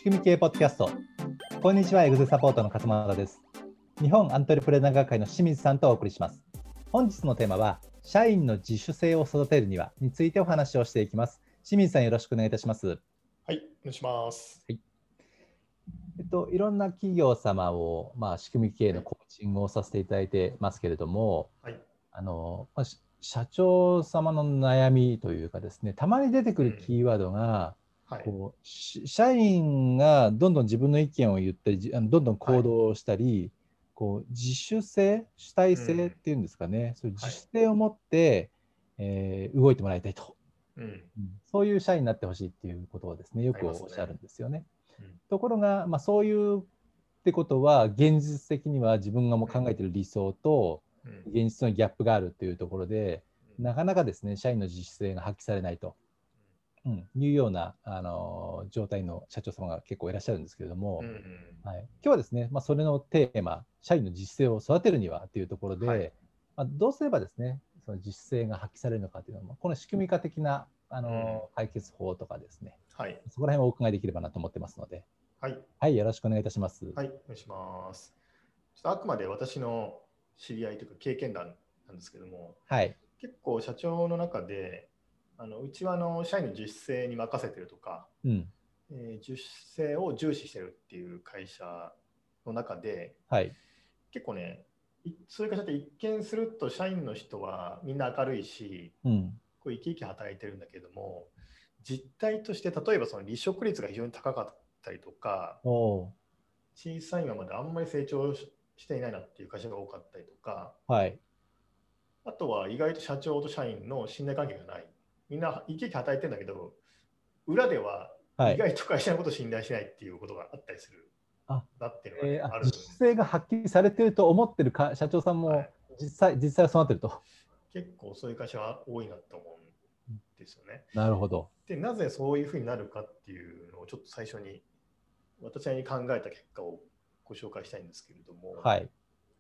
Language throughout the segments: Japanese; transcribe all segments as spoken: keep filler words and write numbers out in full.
組み系ポッドキャスト。こんにちは、エグゼサポートの勝間田です。日本アントレプレナー学会の清水さんとお送りします。本日のテーマは、社員の自主性を育てるにはについてお話をしていきます。清水さん、よろしくお願いいたします。 はい、お願いします。 はい。えっと、いろんな企業様を、まあ、仕組み系のコーチングをさせていただいてますけれども、はい、あのまあ、社長様の悩みというかですね、たまに出てくるキーワードが、うん、こうはい、社員がどんどん自分の意見を言ったり、どんどん行動したり、はい、こう自主性、主体性っていうんですかね、うん、そういう自主性を持って、はい、えー、動いてもらいたいと、うん、そういう社員になってほしいっていうことをですね、よくおっしゃるんですよね。うん、ところが、まあ、そういうってことは、現実的には自分がもう考えている理想と現実のギャップがあるというところで、なかなかですね、社員の自主性が発揮されないと、うん、いうようなあの状態の社長様が結構いらっしゃるんですけれども、うんうん、はい、今日はですね、まあ、それのテーマ、社員の自主性を育てるにはというところで、はい、まあ、どうすればですね、その自主性が発揮されるのかというのは、この仕組み化的なあの、うん、解決法とかですね、はい、そこら辺をお伺いできればなと思ってますので、はい、はい、よろしくお願いいたします。 はい、お願いします。ちょっとあくまで私の知り合いというか経験談なんですけども、はい、結構社長の中で、あのうちはあの社員の自主性に任せてるとか、うんえー、自主性を重視してるっていう会社の中で、はい、結構ね、そういう会社って一見すると社員の人はみんな明るいし、うん、こう生き生き働いてるんだけども、実態として例えばその離職率が非常に高かったりとか、小さいままであんまり成長していないなっていう会社が多かったりとか、はい、あとは意外と社長と社員の信頼関係がない。みんな生き生き働いてるんだけど、裏では意外と会社のことを信頼しないっていうことがあったりする。 はい、あっていうのが、ね、えー、ある自主性が発揮されていると思ってるか社長さんも実際、はい、実際はそうなってると。 結構そういう会社は多いなと思うんですよね。 なるほど。 で、なぜそういうふうになるかっていうのをちょっと最初に私なりに考えた結果をご紹介したいんですけれども、はい、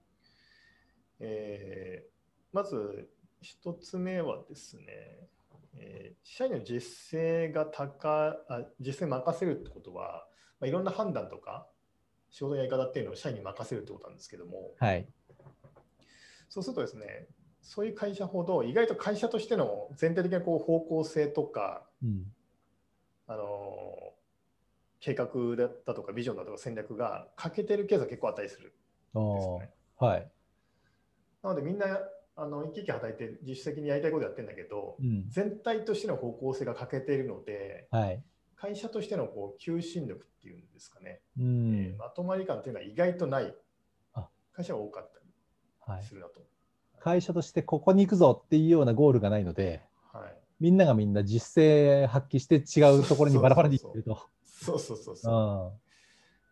えー、まず一つ目はですね、えー、社員の実践が高あ実践任せるってことは、まあ、いろんな判断とか仕事のやり方っていうのを社員に任せるってことなんですけども、はい、そうするとですね、そういう会社ほど意外と会社としての全体的なこう方向性とか、うん、あの計画だったとかビジョンだとか戦略が欠けてるケースが結構あったりするんですよね。はい、なのでみんなあの生き生き働いて自主的にやりたいことやってるんだけど、うん、全体としての方向性が欠けているので、はい、会社としてのこう求心力っていうんですかね、うんえー、まとまり感というのは意外とない会社が多かったりするなと、はい、 会社としてここに行くぞっていうようなゴールがないので、はい、みんながみんな実勢発揮して違うところにバラバラに行ってると。 そうそうそうそう。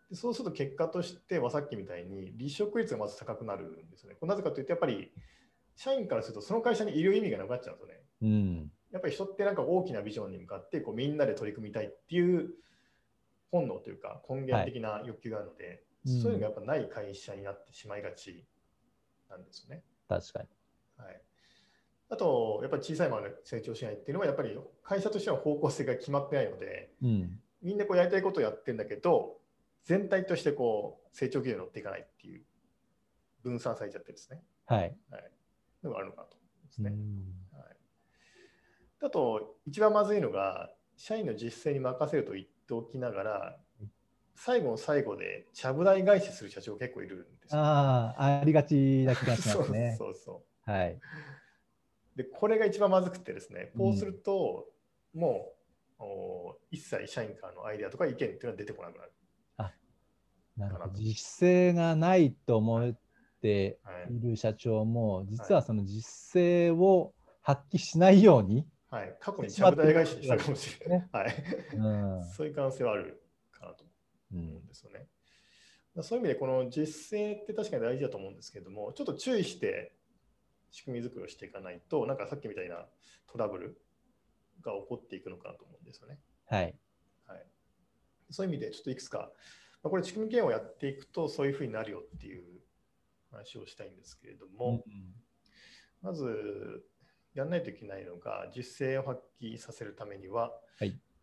でそうすると結果としてはさっきみたいに離職率がまず高くなるんですよね。なぜかというとやっぱり社員からするとその会社にいる意味がなくなっちゃうんですよね。うん、やっぱり人ってなんか大きなビジョンに向かってこうみんなで取り組みたいっていう本能というか根源的な欲求があるので、はいうん、そういうのがやっぱない会社になってしまいがちなんですよね。 確かに。 はい、あとやっぱり小さいままで成長しないっていうのはやっぱり会社としての方向性が決まってないので、うん、みんなこうやりたいことをやってるんだけど全体としてこう成長軌道に乗っていかないっていう分散されちゃってですね。はい。はい、のがあるのかなと思いますね。はい、あと一番まずいのが社員の実践に任せると言っておきながら最後の最後でちゃぶ台返しする社長が結構いるんですよ、ね。 ああ、ありがちな気がしますね。 そうそうそう。 はい。 で、これが一番まずくてですね、こうすると、うん、もう一切社員からのアイデアとか意見っていうのは出てこなくなる。 あ、なるほど。実勢がないと思っている社長も、はい、実はその実勢を発揮しないように、 はい、過去にちゃぶ台返ししたかもしれない。ねはいうん、そういう可能性はあるかなと思うんですよね。うん、そういう意味で、この実践って確かに大事だと思うんですけれども、ちょっと注意して仕組み作りをしていかないと、なんかさっきみたいなトラブルが起こっていくのかなと思うんですよね。 はい。 はい、そういう意味で、ちょっといくつか、これ、仕組み系をやっていくと、そういうふうになるよっていう話をしたいんですけれども、うん、まず、やらないといけないのが、実践を発揮させるためには、はい、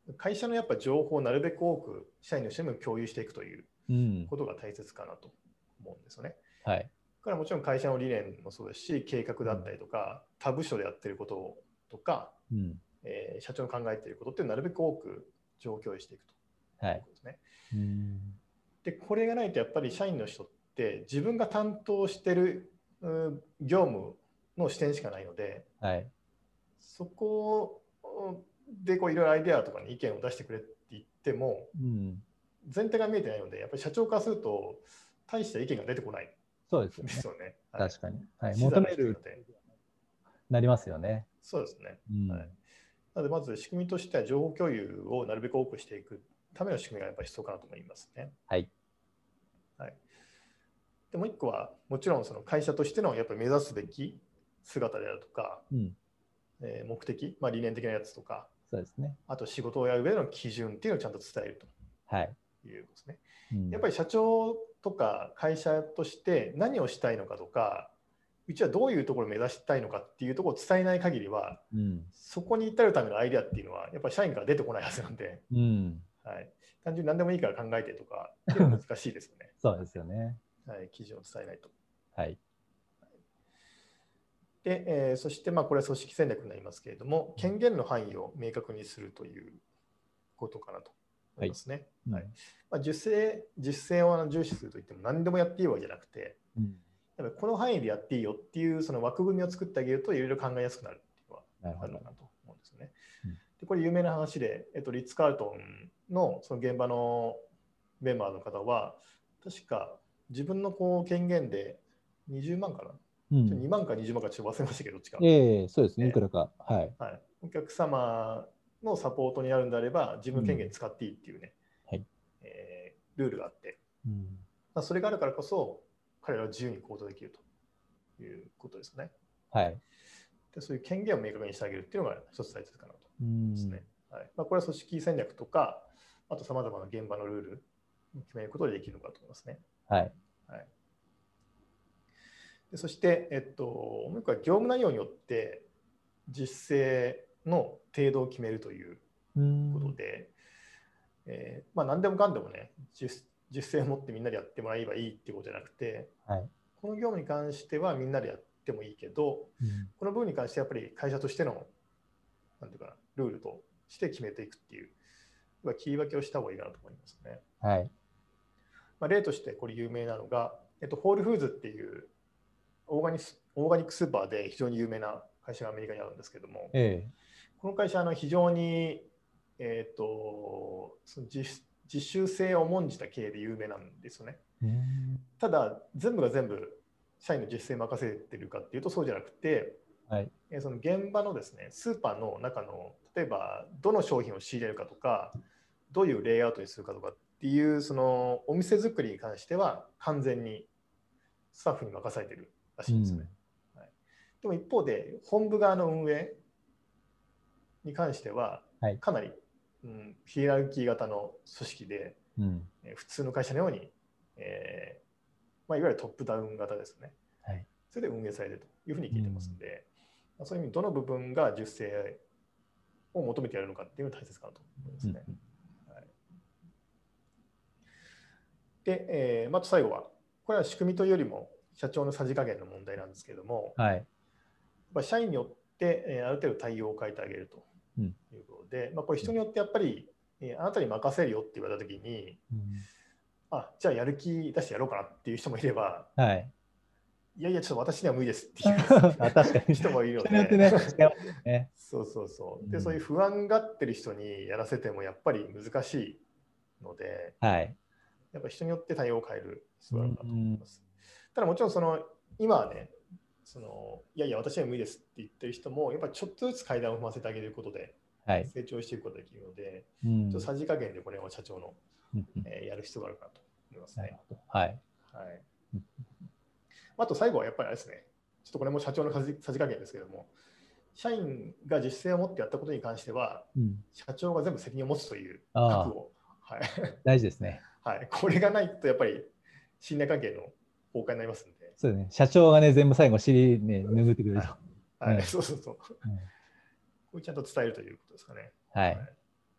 会社のやっぱ情報をなるべく多く社員の人にも共有していくということが大切かなと思うんですよね。 うん、はい。 これはもちろん会社の理念もそうですし、計画だったりとか、他部署でやってることとか、うん、えー、社長の考えていることっていうのをなるべく多く情報共有していくということですね。はい、うん、で、これがないとやっぱり社員の人って自分が担当してる業務の視点しかないので、はい、そこでこういろいろアイデアとかに意見を出してくれって言っても、うん、全体が見えてないので、やっぱり社長からすると大した意見が出てこない。 そうですよね。 ですよね。 はい、確かに。はい、求めるなりますよね。 そうですね。うん、はい、なのでまず仕組みとしては情報共有をなるべく多くしていくための仕組みがやっぱり必要かなと思いますね。 はい。 はい、でもう一個はもちろんその会社としてのやっぱり目指すべき姿であるとか、うん、えー、目的、まあ、理念的なやつとか、 そうですね、 あと仕事をやる上での基準っていうのをちゃんと伝えるということですね。 はい、うん、 やっぱり社長とか会社として何をしたいのかとか、うちはどういうところを目指したいのかっていうところを伝えない限りは、うん、そこに至るためのアイデアっていうのはやっぱり社員から出てこないはずなんで、うん、はい、単純に何でもいいから考えてとかっていうのは難しいですよね。 そうですよね。 はい、基準を伝えないと。 はい。 で、えー、そしてまあこれは組織戦略になりますけれども、権限の範囲を明確にするということかなと思いますね。はい、まあ、実践、実践を重視するといっても何でもやっていいわけじゃなくて、うん、やっぱこの範囲でやっていいよっていうその枠組みを作ってあげるといろいろ考えやすくなるっていうのはあるのかなと思うんですよね。うん、でこれ有名な話で、えっと、リッツ・カールトンのその現場のメンバーの方は確か自分のこう権限でにじゅうまんかな、うん、にまんかにじゅうまんかちょっと忘れましたけど、どっちか。 ええ、そうですね、いくらか。はい。 はい、お客様のサポートになるんであれば、自分の権限使っていいっていうね、うん、はい、えー、ルールがあって、うん、まあ、それがあるからこそ、彼らは自由に行動できるということですね。 はい。 でそういう権限を明確にしてあげるっていうのが一つ大切かなと思いますね。うん、はい、まあ、これは組織戦略とか、あとさまざまな現場のルールを決めることでできるのかと思いますね。 はい。 はい、でそして、えっと、もう一個は業務内容によって実践の程度を決めるということで、えーまあ、何でもかんでもね、実実践を持ってみんなでやってもらえばいいっていうことじゃなくて、はい、この業務に関してはみんなでやってもいいけど、うん、この部分に関してはやっぱり会社としてのなんていうかな、ルールとして決めていくっていう、切り分けをした方がいいかなと思いますね。 はい、 まあ、例としてこれ有名なのが、えっと、ホールフーズっていうオーガニスオーガニックスーパーで非常に有名な会社がアメリカにあるんですけども、ええ、この会社は非常に、えー、とその 実, 実習性を重んじた経営で有名なんですよね。ただ全部が全部社員の実践任せてるかっていうとそうじゃなくて、はい、その現場のですねスーパーの中の例えばどの商品を仕入れるかとかどういうレイアウトにするかとかっていうそのお店作りに関しては完全にスタッフに任されてるらしいんですよね。うん、はい、でも一方で本部側の運営に関してはかなり、はい、うん、ヒエラルキー型の組織で、うん、えー、普通の会社のように、えーまあ、いわゆるトップダウン型ですね、はい、それで運営されるというふうに聞いてますので、うん、そういう意味どの部分が実践を求めてやるのかっていうのが大切かなと思いますね。うん、はい、で、えーまあ、最後はこれは仕組みというよりも社長のさじ加減の問題なんですけれども、はい、やっぱ社員によって、えー、ある程度対応を変えてあげるということで、うん、まあ、これ人によってやっぱり、えー、あなたに任せるよって言われたときに、うん、あ、じゃあやる気出してやろうかなっていう人もいれば、はい、いやいやちょっと私には無理ですっていう確かに人もいるので、人によってね、ねそうそうそうで、うん、そういう不安がってる人にやらせてもやっぱり難しいので、はい、やっぱ人によって対応を変える必要があるかと思います。うん、ただもちろんその今はね、そのいやいや私は無理ですって言ってる人もやっぱりちょっとずつ階段を踏ませてあげることで成長していくことができるので、はい、ちょっとさじ加減でこれを社長の、うんえー、やる必要があるかなと思いますね。はい、はい、あと最後はやっぱりあれですね、ちょっとこれも社長のさじ、さじ加減ですけども、社員が実践を持ってやったことに関しては、うん、社長が全部責任を持つという覚悟、はい、大事ですね。はい、これがないとやっぱり信頼関係の崩壊になりますので。そうですね。社長がね、全部最後尻ね、拭ってくれると。はい、はい、うん、そうそうそう。うん、これちゃんと伝えるということですかね。はい。はい、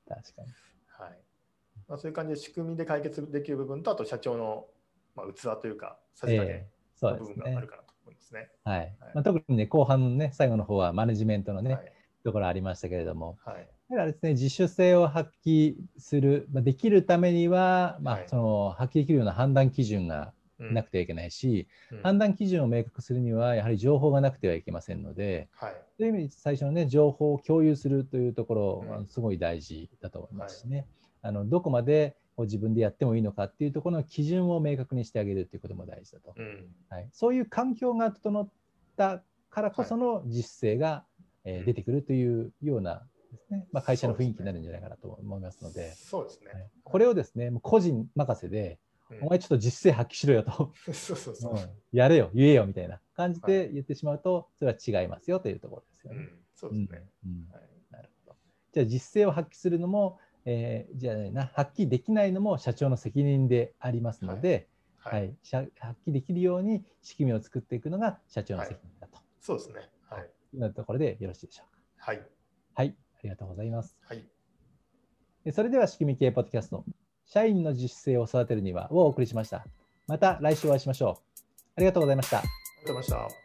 確かに。 はい。まあ、そういう感じで仕組みで解決できる部分と、あと社長の、まあ、器というか、さじ加減の部分があるかなと思いますね。 はい。まあ、特にね、後半のね、最後の方はマネジメントのね、はい、ところありましたけれども、はい、だからですね、自主性を発揮する、まあ、できるためには、まあ、その発揮できるような判断基準がなくてはいけないし、うん、判断基準を明確するには、やはり情報がなくてはいけませんので、はい、そういう意味で最初のね、情報を共有するというところはすごい大事だと思いますしね。はい、あのどこまで自分でやってもいいのかっていうところの基準を明確にしてあげるっていうことも大事だと、うんはい、そういう環境が整ったからこその実勢が、えー、出てくるというようなですね、まあ、会社の雰囲気になるんじゃないかなと思いますので、 そうですね、はい、 これをですね、個人任せで、うん、お前ちょっと実勢発揮しろよとそうそうそう、うん、 やれよ言えよみたいな感じで言ってしまうと、それは違いますよというところですよね。 うん、そうですね、 うんうんはい、なるほど。じゃあ実勢を発揮するのもえー、じゃあな発揮できないのも社長の責任でありますので、はいはいはい、発揮できるように仕組みを作っていくのが社長の責任だと、はい、 そうですね。はい。 というところでよろしいでしょうか。 はい。 はい、ありがとうございます。 はい、 それでは仕組み系ポッドキャスト、社員の自主性を育てるにはをお送りしました。また来週お会いしましょう。ありがとうございました。ありがとうございました。